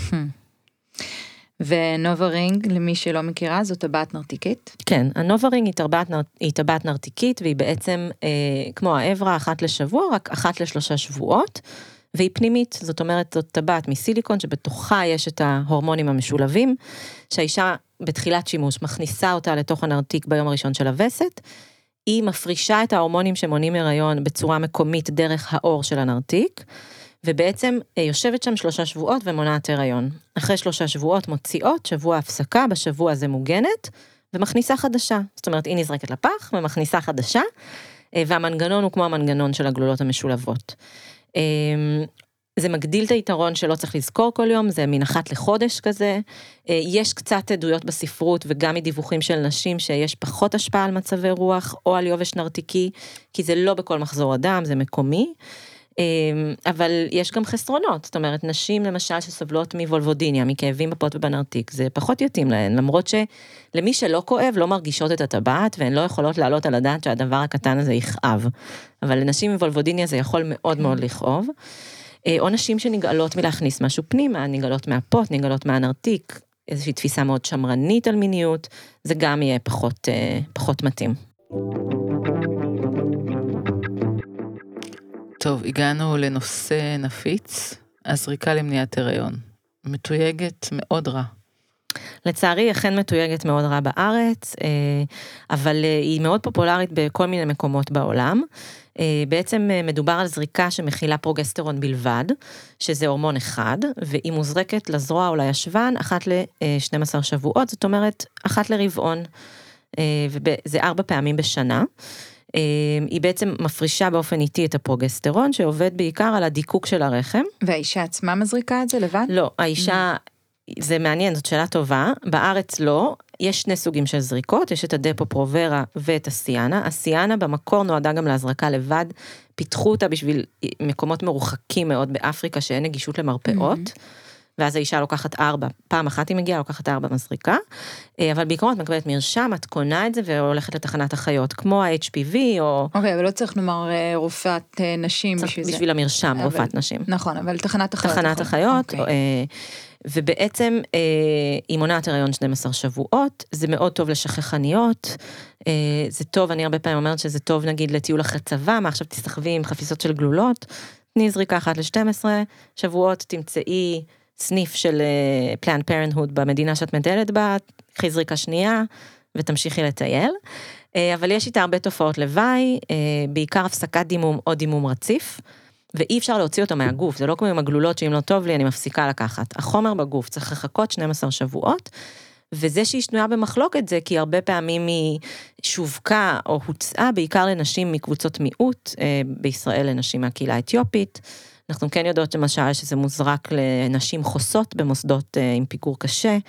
ונוברינג, למי שלא מכירה, זו טבעת נרתיקית? כן, הנוברינג היא טבעת נרתיקית, והיא בעצם כמו האברה, אחת לשבוע, רק אחת ל3 שבועות, והיא פנימית, זאת אומרת, זאת טבעת מסיליקון, שבתוכה יש את ההורמונים המשולבים, שהאישה בתחילת שימוש מכניסה אותה לתוך הנרתיק ביום הראשון של הווסת, היא מפרישה את ההורמונים שמונעים הריון בצורה מקומית דרך האור של הנרתיק, ובעצם יושבת שם 3 שבועות ומונעת הריון. אחרי 3 שבועות מוציאות, שבוע הפסקה, בשבוע הזה מוגנת, ומכניסה חדשה. זאת אומרת, היא נזרקת לפח ומכניסה חדשה, והמנגנון הוא כמו המנגנון של הגלולות המשולבות. זה מגדיל את היתרון שלא צריך לזכור כל יום, זה מין אחת לחודש כזה. יש קצת עדויות בספרות וגם מדיווחים של נשים שיש פחות השפעה על מצבי רוח או על יובש נרתיקי, כי זה לא בכל מחזור אדם, זה מקומי. אבל יש גם חסרונות, זאת אומרת, נשים למשל שסובלות מוולבודיניה, מכאבים בפות ובנרתיק, זה פחות יתאים להן, למרות שלמי שלא כואב לא מרגישות את הטבעת, והן לא יכולות לעלות על הדעת שהדבר הקטן הזה יכאב, אבל לנשים מוולבודיניה זה יכול מאוד מאוד לכאוב, או נשים שנגאלות מלהכניס משהו פנימה, נגאלות מהפות, נגאלות מהנרתיק, איזושהי תפיסה מאוד שמרנית על מיניות, זה גם יהיה פחות מתאים. טוב, הגענו לנושא נפיץ, הזריקה למניעת הריון. מתויגת מאוד רע. לצערי, היא אכן מתויגת מאוד רע בארץ, אבל היא מאוד פופולרית בכל מיני מקומות בעולם. בעצם מדובר על זריקה שמכילה פרוגסטרון בלבד, שזה הורמון אחד, והיא מוזרקת לזרוע או לישבן אחת ל-12 שבועות, זאת אומרת, אחת לרבעון, וזה 4 פעמים בשנה. היא בעצם מפרישה באופן איטי את הפרוגסטרון, שעובד בעיקר על הדיקוק של הרחם. והאישה עצמה מזריקה את זה לבד? לא, האישה, זה מעניין, זאת שאלה טובה, בארץ לא, יש 2 סוגים של זריקות, יש את הדפו-פרוברה ואת הסיאנה, הסיאנה במקור נועדה גם להזרקה לבד, פיתחו אותה בשביל מקומות מרוחקים מאוד באפריקה, שאין נגישות למרפאות, ואז האישה לוקחת 4, פעם אחת היא מגיעה, לוקחת 4 מזריקה, אבל בעיקרון את מקבלת מרשם, את קונה את זה והולכת לתחנת החיות, כמו ה-HPV או... אוקיי, אבל לא צריך לומר רופאת נשים בשביל זה. בשביל המרשם, רופאת נשים. נכון, אבל תחנת החיות. תחנת החיות, ובעצם היא מונעת הריון 12 שבועות, זה מאוד טוב לשכחניות, זה טוב, אני הרבה פעמים אומרת שזה טוב נגיד לטיול אחרי צבא, מה עכשיו תסתחבי עם חפיסות של גלולות, תני זריקה אחת ל-12 שבועות, תמצאי סניף של Planned Parenthood במדינה שאת מטיילת בה, קחי זריקה שנייה ותמשיכי לטייל, אבל יש איתה הרבה תופעות לוואי, בעיקר הפסקת דימום או דימום רציף, ואי אפשר להוציא אותו מהגוף, זה לא כמו עם הגלולות שאם לא טוב לי אני מפסיקה לקחת, החומר בגוף צריך לחכות 12 שבועות, וזה שהיא שנויה במחלוקת זה כי הרבה פעמים היא שווקה או הוצאה בעיקר לנשים מקבוצות מיעוט, בישראל לנשים מהקהילה האתיופית, אנחנו כן יודעות למשל שזה מוזרק לנשים חוסות במוסדות עם פיגור קשה,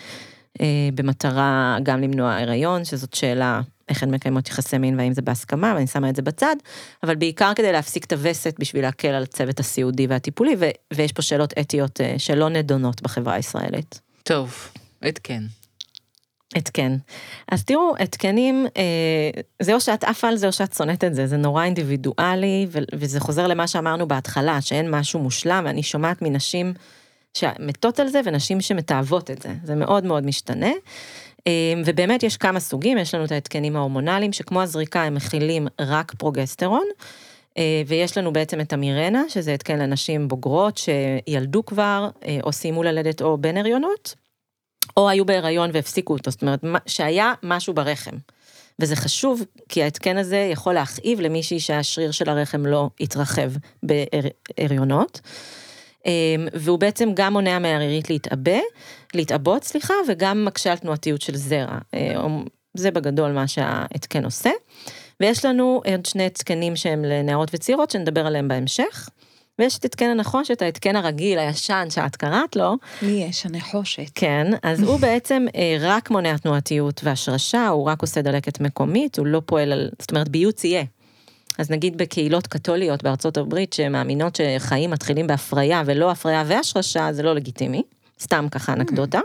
במטרה גם למנוע הריון, שזאת שאלה איך הן מקיימות יחסי מין והאם זה בהסכמה, ואני שמה את זה בצד, אבל בעיקר כדי להפסיק את הווסת בשביל להקל על הצוות הסיעודי והטיפולי, ויש פה שאלות אתיות שלא נדונות בחברה הישראלית. טוב, התקן. התקן. אז תראו, התקנים, זה או שאת עפה על זה או שאת שונאת את זה, זה נורא אינדיבידואלי, וזה חוזר למה שאמרנו בהתחלה, שאין משהו מושלם, ואני שומעת מנשים שמתות על זה, ונשים שמתאהבות את זה. זה מאוד מאוד משתנה. ובאמת יש כמה סוגים, יש לנו את ההתקנים ההורמונליים, שכמו הזריקה הם מכילים רק פרוגסטרון, ויש לנו בעצם את המירנה, שזה התקן לנשים בוגרות שילדו כבר, או סיימו ללדת או בין הריונות, או היו בהיריון והפסיקו אותו, זאת אומרת, שהיה משהו ברחם. וזה חשוב, כי ההתקן הזה יכול להכאיב למישהי שהשריר של הרחם לא יתרחב בהריונות, והוא בעצם גם מונע מהרירית להתאבות, וגם מקשה על תנועתיות של זרע. זה בגדול מה שההתקן עושה. ויש לנו עוד שני התקנים שהם לנערות וצעירות, שנדבר עליהם בהמשך. ויש את התקן הנכון, שאת ההתקן הרגיל, הישן, שאת קראת לו. לי יש, הנחושת. כן, אז הוא בעצם רק מונע תנועתיות והשרשה, הוא רק עושה דלקת מקומית, הוא לא פועל על, זאת אומרת, ביוץ יהיה. אז נגיד בקהילות קתוליות בארצות הברית, שמאמינות שחיים מתחילים בהפריה, ולא הפריה והשרשה, זה לא לגיטימי, סתם ככה אנקדוטה.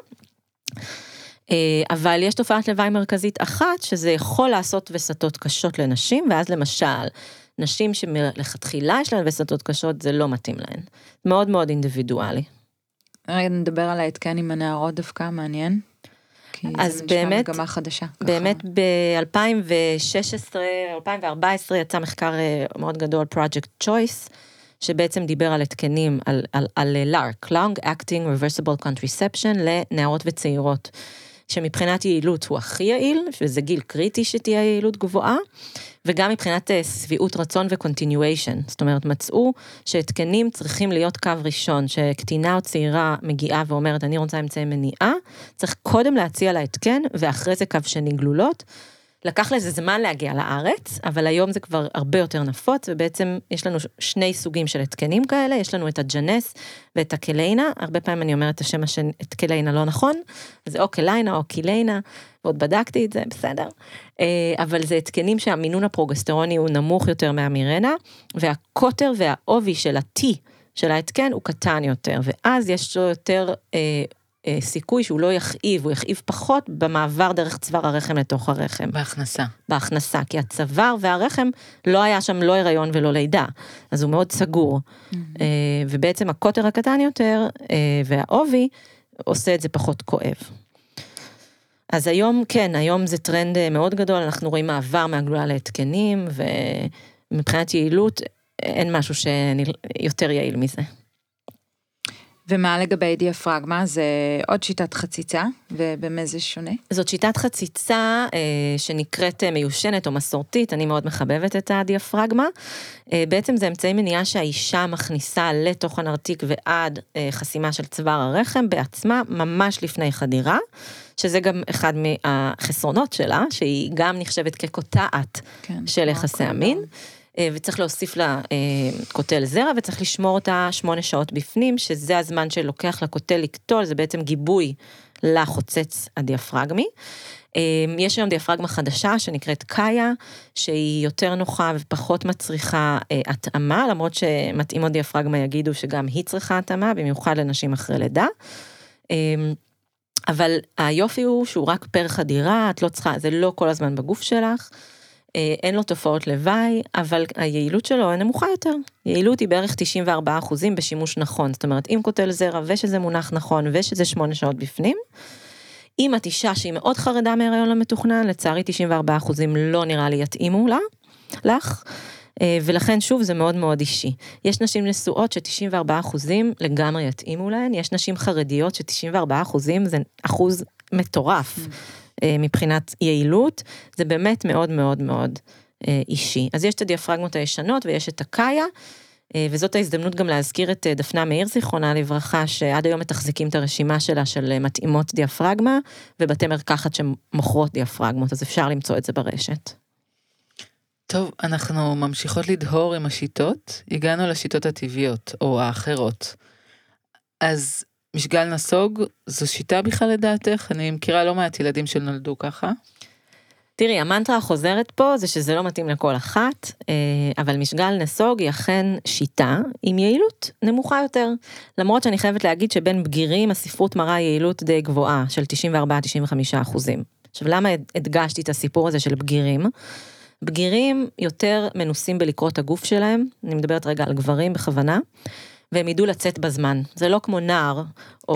אבל יש תופעת לוואי מרכזית אחת, שזה יכול לעשות וסתות קשות לנשים, ואז למשל, נשים שמלכתחילה יש להן וסתות קשות, זה לא מתאים להן. מאוד מאוד אינדיבידואלי. רגע, נדבר על ההתקן עם הנערות דווקא, מעניין. אז באמת, מגמה חדשה. באמת ב-2016, 2014 יצא מחקר מאוד גדול, Project Choice, שבעצם דיבר על התקנים, על LARC, Long Acting Reversible Contraception, לנערות וצעירות, שמבחינת יעילות הוא הכי יעיל, וזה גיל קריטי שתהיה יעילות גבוהה, וגם מבחינת סביעות רצון ו-continuation, זאת אומרת, מצאו שהתקנים צריכים להיות קו ראשון, שקטינה או צעירה מגיעה ואומרת, אני רוצה אמצעי מניעה, צריך קודם להציע להתקן, ואחרי זה קו שני גלולות, לקח לזה זמן להגיע לארץ, אבל היום זה כבר הרבה יותר נפוץ, ובעצם יש לנו שני סוגים של התקנים כאלה, יש לנו את הג'נס ואת הקליינה, הרבה פעמים אני אומרת את השם את קליינה לא נכון, זה או קליינה או קיליינה, ועוד בדקתי את זה, בסדר, אבל זה התקנים שהמינון הפרוגסטרוני הוא נמוך יותר מהמירנה, והקוטר והעובי של ה-T של ההתקן הוא קטן יותר, ואז יש לו יותר סיכוי שהוא לא יכאיב, הוא יכאיב פחות במעבר דרך צוואר הרחם לתוך הרחם. בהכנסה. בהכנסה, כי הצוואר והרחם לא היה שם לא הריון ולא לידה, אז הוא מאוד סגור. ובעצם הקוטר הקטן יותר והעובי עושה את זה פחות כואב. אז היום, כן, היום זה טרנד מאוד גדול, אנחנו רואים מעבר מהגלולה להתקנים, ומבחינת יעילות אין משהו שיותר יעיל מזה. ומה לגבי דיאפרגמה? זה עוד שיטת חציצה, ובמה זה שונה? זאת שיטת חציצה שנקראת מיושנת או מסורתית, אני מאוד מחבבת את הדיאפרגמה. בעצם זה אמצעי מניעה שהאישה מכניסה לתוך הנרתיק ועד חסימה של צוואר הרחם בעצמה, ממש לפני חדירה, שזה גם אחד מהחסרונות שלה, שהיא גם נחשבת כקוטעת של יחסי המין. וצריך להוסיף לה קוטל זרע, וצריך לשמור אותה 8 שעות בפנים, שזה הזמן שלוקח לקוטל לקטול, זה בעצם גיבוי לחוצץ הדיאפרגמי. יש היום דיאפרגמה חדשה שנקראת קאיה, שהיא יותר נוחה ופחות מצריכה התאמה, למרות שמתאימות דיאפרגמה יגידו שגם היא צריכה התאמה, במיוחד לנשים אחרי לידה. אבל היופי הוא שהוא רק פר חדירה, את לא צריכה, זה לא כל הזמן בגוף שלך, אין לו תופעות לוואי, אבל היעילות שלו נמוכה יותר. יעילות היא בערך 94% בשימוש נכון, זאת אומרת, אם קוטל זרע ושזה מונח נכון ושזה 8 שעות בפנים, אם את אישה שהיא מאוד חרדה מהיריון למתוכנן, לצערי 94% לא נראה לי יתאימו לך, ולכן שוב זה מאוד מאוד אישי. יש נשים נשואות ש-94% לגמרי יתאימו להן, יש נשים חרדיות ש-94% זה אחוז מטורף מבחינת יעילות, זה באמת מאוד מאוד מאוד אישי. אז יש את הדיאפרגמות הישנות ויש את הקאיה, וזאת ההזדמנות גם להזכיר את דפנה מאיר זיכרונה לברכה, שעד היום מתחזיקים את הרשימה שלה של מתאימות דיאפרגמה, ובתי מרקחת שמוכרות דיאפרגמות, אז אפשר למצוא את זה ברשת. טוב, אנחנו ממשיכות לדהור עם השיטות, הגענו לשיטות הטבעיות, או האחרות. אז משגל נסוג, זו שיטה בכלל לדעתך? אני מכירה לא מעט ילדים שנולדו ככה. תראי, המנטרה החוזרת פה זה שזה לא מתאים לכל אחת, אבל משגל נסוג היא אכן שיטה עם יעילות נמוכה יותר, למרות שאני חייבת להגיד שבין בגירים הספרות מראה יעילות די גבוהה, של 94-95%. עכשיו, למה הדגשתי את הסיפור הזה של בגירים? בגירים יותר מנוסים בלקרוא את הגוף שלהם, אני מדברת רגע על גברים בכוונה, והם ידעו לצאת בזמן. זה לא כמו נער,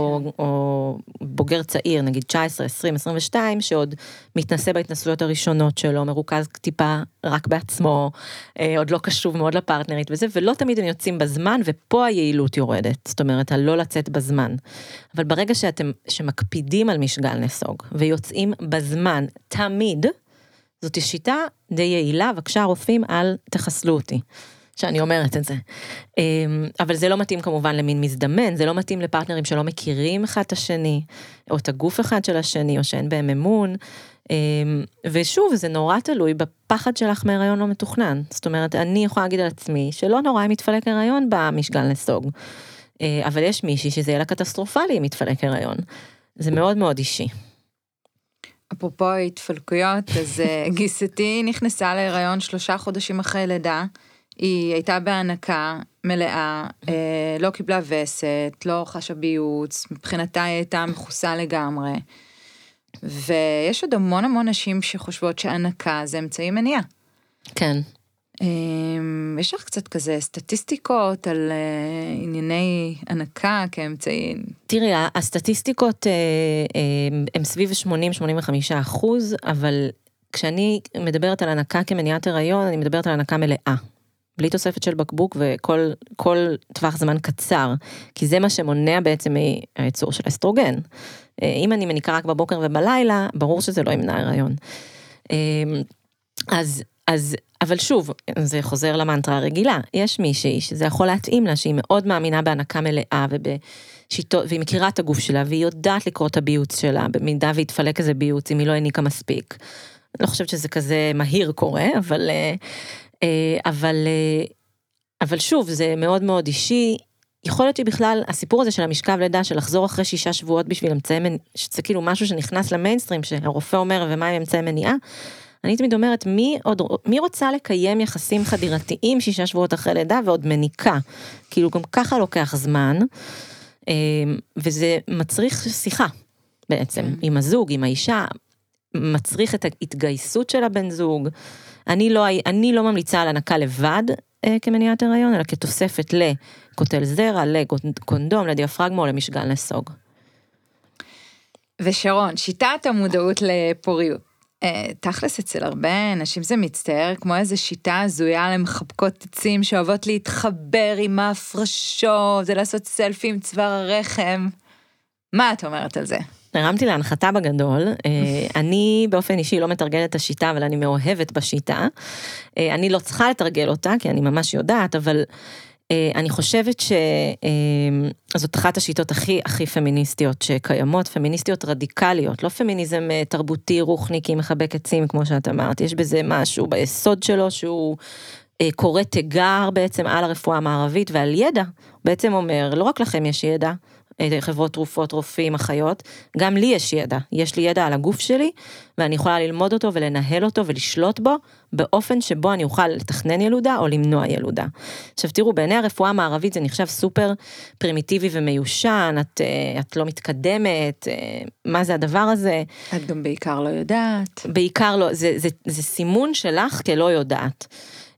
או בוגר צעיר, נגיד 19, 20, 22, שעוד מתנסה בהתנסויות הראשונות שלו, מרוכז טיפה רק בעצמו, עוד לא קשוב מאוד לפרטנרית וזה, ולא תמיד הם יוצאים בזמן, ופה היעילות יורדת, זאת אומרת, הלא לצאת בזמן. אבל ברגע שמקפידים על משגל נסוג, ויוצאים בזמן תמיד, זאת שיטה די יעילה, בבקשה רופאים, אל תחסלו אותי. שאני אומרת את זה. אבל זה לא מתאים כמובן למין מזדמן, זה לא מתאים לפרטנרים שלא מכירים אחד את השני, או את הגוף אחד של השני, או שאין בהם אמון, ושוב, זה נורא תלוי בפחד שלך מהיריון לא מתוכנן. זאת אומרת, אני יכולה להגיד על עצמי, שלא נורא אם מתפלק הריון במשגל נסוג, אבל יש מישהי שזה יהיה לה קטסטרופלי אם מתפלק הריון. זה מאוד מאוד אישי. אפרופו התפלקויות, אז גיסתי נכנסה להיריון 3 חודשים אחרי לידה, היא הייתה בהנקה מלאה, לא קיבלה וסת, לא חשה ביוץ, מבחינתה היא הייתה מכוסה לגמרי. ויש עוד המון נשים שחושבות שהנקה זה אמצעי מניעה. כן. יש לך קצת כזה סטטיסטיקות על ענייני הנקה כאמצעי? תראי, הסטטיסטיקות הן סביב 80-85%, אבל כשאני מדברת על הנקה כמניעת הריון, אני מדברת על הנקה מלאה. בלי תוספת של בקבוק וכל טווח זמן קצר, כי זה מה שמונע בעצם הייצור של אסטרוגן. אם אני מניקה רק בבוקר ובלילה, ברור שזה לא ימנע הריון. אבל שוב, זה חוזר למנטרה הרגילה, יש מישהי שזה יכול להתאים לה, שהיא מאוד מאמינה בהנקה מלאה, והיא מכירה את הגוף שלה, והיא יודעת לקרוא את הביוץ שלה, במידה והתפלק איזה ביוץ, אם היא לא הניקה מספיק. אני לא חושבת שזה כזה מהיר קורה, אבל שוב, זה מאוד מאוד אישי, יכול להיות שבכלל הסיפור הזה של המשכב לידה, של לחזור אחרי 6 שבועות בשביל אמצעי מניעה, שזה כאילו משהו שנכנס למיינסטרים, שהרופא אומר, ומה עם אמצעי מניעה? אני תמיד אומרת, מי רוצה לקיים יחסים חדירתיים 6 שבועות אחרי לידה, ועוד מניקה? כאילו גם ככה לוקח זמן, וזה מצריך שיחה, בעצם, עם הזוג, עם האישה, מצריך את ההתגייסות של הבן זוג. אני לא ממליצה על הנקה לבד כמניעת הריון, אלא כתוספת לקוטל זרע, לקונדום, לדיאפרגמה או למשגל נסוג. ושרון, שיטת המודעות לפוריות. תכלס אצל הרבה אנשים זה מצטער, כמו איזו שיטה הזויה למחבקות עצים שאוהבות להתחבר עם ההפרשות, זה לעשות סלפי עם צוואר הרחם. מה את אומרת על זה? הרמתי להנחתה בגדול, אני באופן אישי לא מתרגלת את השיטה, אבל אני מאוהבת בשיטה, אני לא צריכה לתרגל אותה, כי אני ממש יודעת, אבל אני חושבת שזאת אחת השיטות הכי פמיניסטיות שקיימות, פמיניסטיות רדיקליות, לא פמיניזם תרבותי, רוחניקי, מחבק עצים, כמו שאת אמרת, יש בזה משהו ביסוד שלו, שהוא קורא תיגר בעצם על הרפואה המערבית ועל ידע, בעצם אומר, לא רק לכם יש ידע, חברות תרופות, רופאים, אחיות, גם לי יש ידע. יש לי ידע על הגוף שלי, ואני יכולה ללמוד אותו ולנהל אותו ולשלוט בו, באופן שבו אני אוכל לתכנן ילודה או למנוע ילודה. עכשיו תראו, בעיני הרפואה המערבית זה נחשב סופר פרימיטיבי ומיושן, את לא מתקדמת, מה זה הדבר הזה? את גם בעיקר לא יודעת. בעיקר לא, זה סימון שלך כלא יודעת.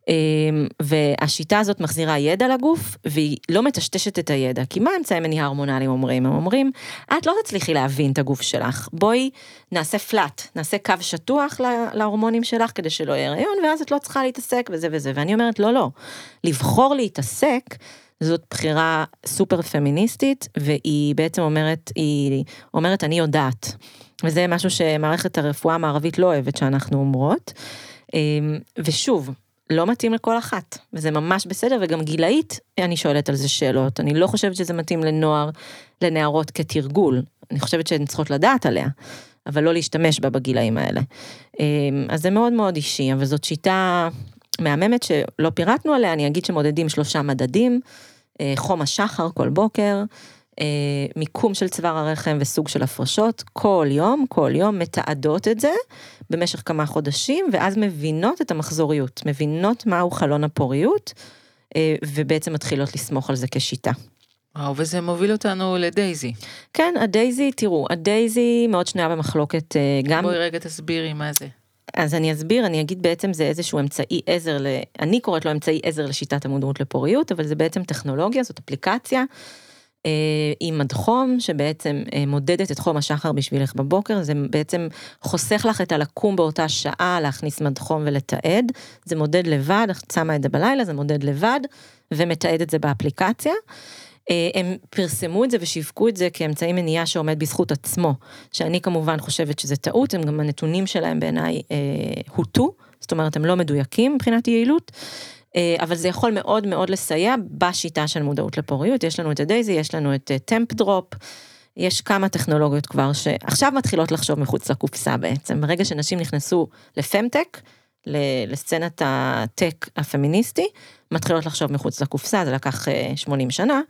והשיטה הזאת מחזירה ידע לגוף, והיא לא מטשטשת את הידע, כי מה אמצעי מניעה הורמונליים אומרים? הם אומרים, את לא תצליחי להבין את הגוף שלך, בואי נעשה פלט, נעשה קו שטוח להורמונים שלך, כדי שלא יהיה הריון, ואז את לא צריכה להתעסק וזה וזה, ואני אומרת, לא, לבחור להתעסק, זאת בחירה סופר פמיניסטית, והיא בעצם אומרת, אני יודעת, וזה משהו שמערכת הרפואה המערבית לא אוהבת שאנחנו אומרות, ושוב, לא מתאים לכל אחת, וזה ממש בסדר, וגם גילאית, אני שואלת על זה שאלות, אני לא חושבת שזה מתאים לנערות כתרגול, אני חושבת שהן צריכות לדעת עליה, אבל לא להשתמש בה בגילאים האלה. אז זה מאוד מאוד אישי, אבל זאת שיטה מהממת שלא פירטנו עליה, אני אגיד שמודדים 3 מדדים, חום השחר כל בוקר, מיקום של צוואר הרחם וסוג של הפרשות, כל יום מתעדות את זה במשך כמה חודשים, ואז מבינות את המחזוריות, מבינות מהו חלון הפוריות, ובעצם מתחילות לסמוך על זה כשיטה. וזה מוביל אותנו לדייזי. כן, הדייזי, תראו, הדייזי מאוד שנויה במחלוקת גם... בואי רגע תסבירי מה זה. אז אני אסביר, אני אגיד בעצם זה איזשהו אמצעי עזר, אני קוראת לו אמצעי עזר לשיטת המודעות לפוריות, אבל זה בעצם טכנולוגיה, זאת אפליקציה, עם מדחום שבעצם מודדת את חום השחר בשבילך בבוקר, זה בעצם חוסך לך את הלקום באותה שעה, להכניס מדחום ולתעד, זה מודד לבד, את שמה את זה בלילה, זה מודד לבד, ומתעד את זה באפליקציה, הם פרסמו את זה ושיווקו את זה כאמצעי מניעה שעומד בזכות עצמו, שאני כמובן חושבת שזה טעות, הם גם הנתונים שלהם בעיניי הוטו, זאת אומרת הם לא מדויקים מבחינת יעילות, אבל זה יכול מאוד מאוד לסייע בשיטה של מודעות לפוריות, יש לנו את הדייזי, יש לנו את טמפ דרופ, יש כמה טכנולוגיות כבר שעכשיו מתחילות לחשוב מחוץ לקופסה בעצם, ברגע שנשים נכנסו לפמטק, לסצנת הטק הפמיניסטי, מתחילות לחשוב מחוץ לקופסה, זה לקח 80 שנה,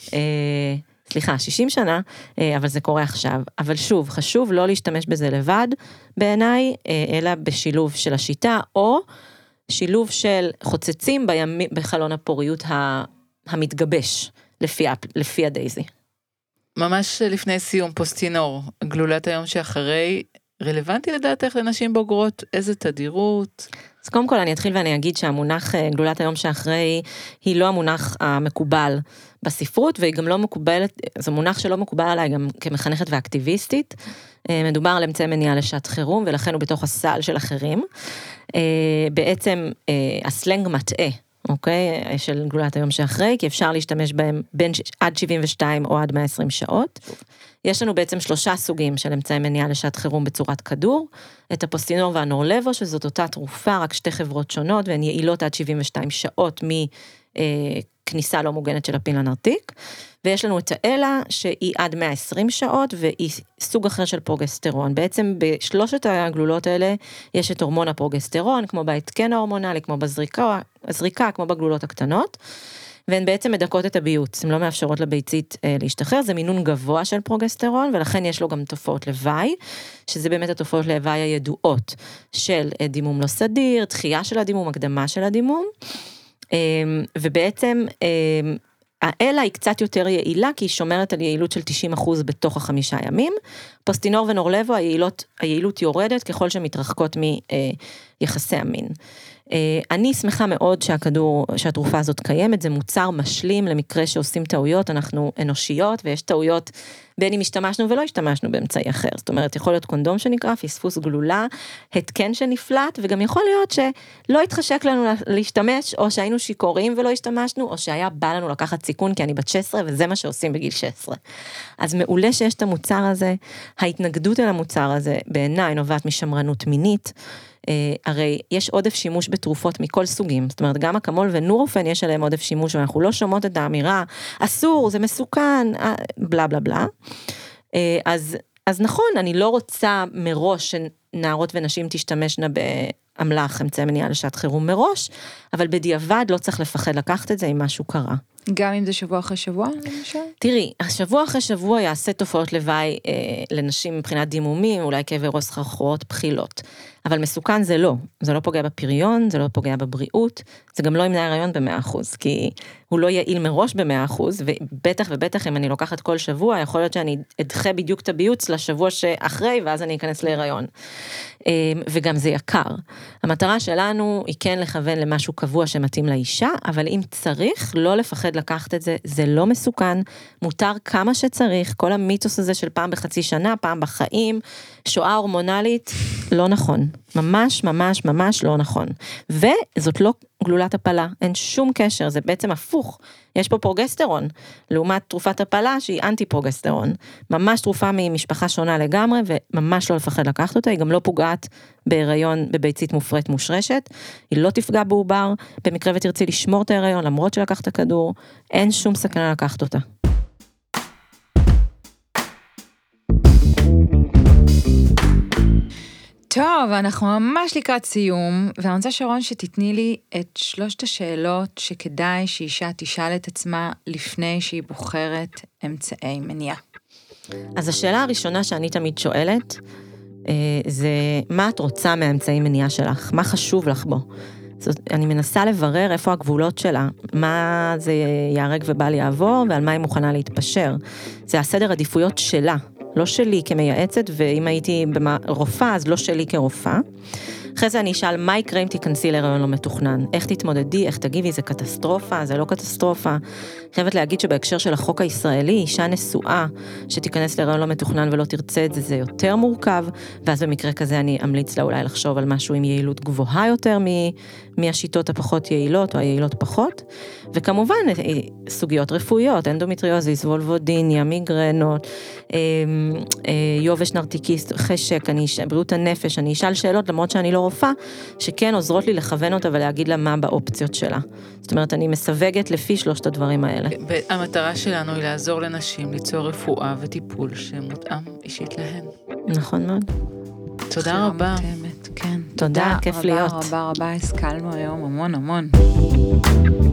60 שנה, אבל זה קורה עכשיו. אבל שוב, חשוב לא להשתמש בזה לבד בעיניי, אלא בשילוב של השיטה, או שילוב של חוצצים בחלון הפוריות המתגבש, לפי הדייזי. ממש לפני סיום, פוסטינור, גלולת היום שאחרי, רלוונטי לדעת איך לנשים בוגרות, איזה תדירות? אז קודם כל אני אתחיל ואני אגיד שהמונח גלולת היום שאחרי, היא לא המונח המקובל בספרות, והיא גם לא מקובלת, זה מונח שלא מקובל עליי גם כמחנכת ואקטיביסטית, מדובר על אמצעי מניעה לשעת חירום, ולכן הוא בתוך הסל של אחרים. בעצם הסלנג מטעה, אוקיי, של גלולת היום שאחרי, כי אפשר להשתמש בהם עד 72 או עד 120 שעות. יש לנו בעצם 3 סוגים של אמצעי מניעה לשעת חירום בצורת כדור, את הפוסטינור והנורלבו, שזאת אותה תרופה, רק 2 חברות שונות, והן יעילות עד 72 שעות מכניסה לא מוגנת של הפיל הנרתיק, ויש לנו את האלה, שהיא עד 120 שעות, והיא סוג אחר של פרוגסטרון. בעצם בשלושת הגלולות האלה, יש את הורמון הפרוגסטרון, כמו בהתקן ההורמונלי, כמו בזריקה, כמו בגלולות הקטנות, והן בעצם מדכאות את הביוץ, הן לא מאפשרות לביצית להשתחרר, זה מינון גבוה של פרוגסטרון, ולכן יש לו גם תופעות לוואי, שזה באמת התופעות לוואי הידועות, של דימום לא סדיר, דחייה של הדימום, הקדמה של הדימום, ובעצם האלה היא קצת יותר יעילה, כי היא שומרת על יעילות של 90% בתוך 5 ימים, פוסטינור ונורלבו, היעילות יורדת ככל שמתרחקות מיחסי המין. אני שמחה מאוד שהתרופה הזאת קיימת, זה מוצר משלים למקרה שעושים טעויות, אנחנו אנושיות, ויש טעויות בין אם השתמשנו ולא השתמשנו באמצעי אחר, זאת אומרת, יכול להיות קונדום שנקרא, פספוס גלולה, התקן שנפלט, וגם יכול להיות שלא התחשק לנו להשתמש, או שהיינו שיכורים ולא השתמשנו, או שהיה בא לנו לקחת סיכון, כי אני בת 16, וזה מה שעושים בגיל 16. אז מעולה שיש את המוצר הזה, ההתנגדות אל המוצר הזה, בעיניי נובעת משמרנות מינית, הרי יש עודף שימוש בתרופות מכל סוגים, זאת אומרת, גם אקמול ונורופן יש עליהם עודף שימוש, ואנחנו לא שומעות את האמירה, אסור, זה מסוכן, בלה בלה בלה. אז נכון, אני לא רוצה מראש שנערות ונשים תשתמשנה באמל"ח, אמצעי מניעה לשעת חירום מראש, אבל בדיעבד לא צריך לפחד לקחת את זה אם משהו קרה. גם אם זה שבוע אחרי שבוע, למשל? תראי, השבוע אחרי שבוע יעשה תופעות לוואי לנשים מבחינת דימומים, אולי כאבי ראש, סחרחורות, בחילות. אבל מסוכן זה לא פוגע בפריון, זה לא פוגע בבריאות, זה גם לא ימנע הריון ב100%, כי הוא לא יעיל מראש ב100%, ובטח ובטח אם אני לוקחת כל שבוע, יכול להיות שאני אדחה בדיוק את הביוץ לשבוע שאחרי, ואז אני אכנס להיריון. וגם זה יקר. המטרה שלנו היא כן לכוון למשהו קבוע שמתאים לאישה, אבל אם צריך, לא לפחד לקחת את זה, זה לא מסוכן, מותר כמה שצריך, כל המיתוס הזה של פעם בחצי שנה, פעם בחיים, שואה הורמונלית, לא נכון. ממש, ממש, ממש לא נכון. וזאת לא גלולת הפלה, אין שום קשר, זה בעצם הפוך. יש פה פרוגסטרון, לעומת תרופת הפלה שהיא אנטי-פרוגסטרון. ממש תרופה ממשפחה שונה לגמרי, וממש לא לפחד לקחת אותה, היא גם לא פוגעת בהיריון בביצית מופרית מושרשת, היא לא תפגע בעובר, במקרה ותרצי לשמור את ההיריון, למרות שלקחת הכדור, אין שום סכנה לקחת אותה. טוב, אנחנו ממש לקראת סיום, ואני רוצה שרון שתתני לי את 3 השאלות שכדאי שאישה תשאל את עצמה לפני שהיא בוחרת אמצעי מניעה. אז השאלה הראשונה שאני תמיד שואלת, זה מה את רוצה מהאמצעי מניעה שלך? מה חשוב לך בו? אני מנסה לברר איפה הגבולות שלה, מה זה יהרג ובל יעבור, ועל מה היא מוכנה להתפשר. זה הסדר עדיפויות שלה. לא שלי כמייעצת, ואם הייתי רופאה, אז לא שלי כרופאה. אחרי זה אני אשאל, מה יקרה אם תיכנסי להיריון לא מתוכנן? איך תתמודדי, איך תגיבי, זה קטסטרופה, זה לא קטסטרופה. חייבת להגיד שבהקשר של החוק הישראלי, אישה נשואה שתיכנס להיריון לא מתוכנן ולא תרצה את זה, זה יותר מורכב, ואז במקרה כזה אני אמליץ לה אולי לחשוב על משהו עם יעילות גבוהה יותר מהשיטות הפחות יעילות, או היעילות פחות. וכמובן, סוגיות רפואיות, אנדומטריוזיס, וולבודיניה, מיגרנות, יובש נרתיקיסט, חשק, בריאות הנפש, אני אשאל שאלות, למרות שאני לא רופאה, שכן עוזרות לי לכוון אותה ולהגיד לה מה באופציות שלה. זאת אומרת, אני מסווגת לפי 3 הדברים האלה. המטרה שלנו היא לעזור לנשים ליצור רפואה וטיפול שמותאם אישית להן. נכון מאוד. תודה רבה. כן. תודה, כיף להיות. רבה, השכלנו היום המון.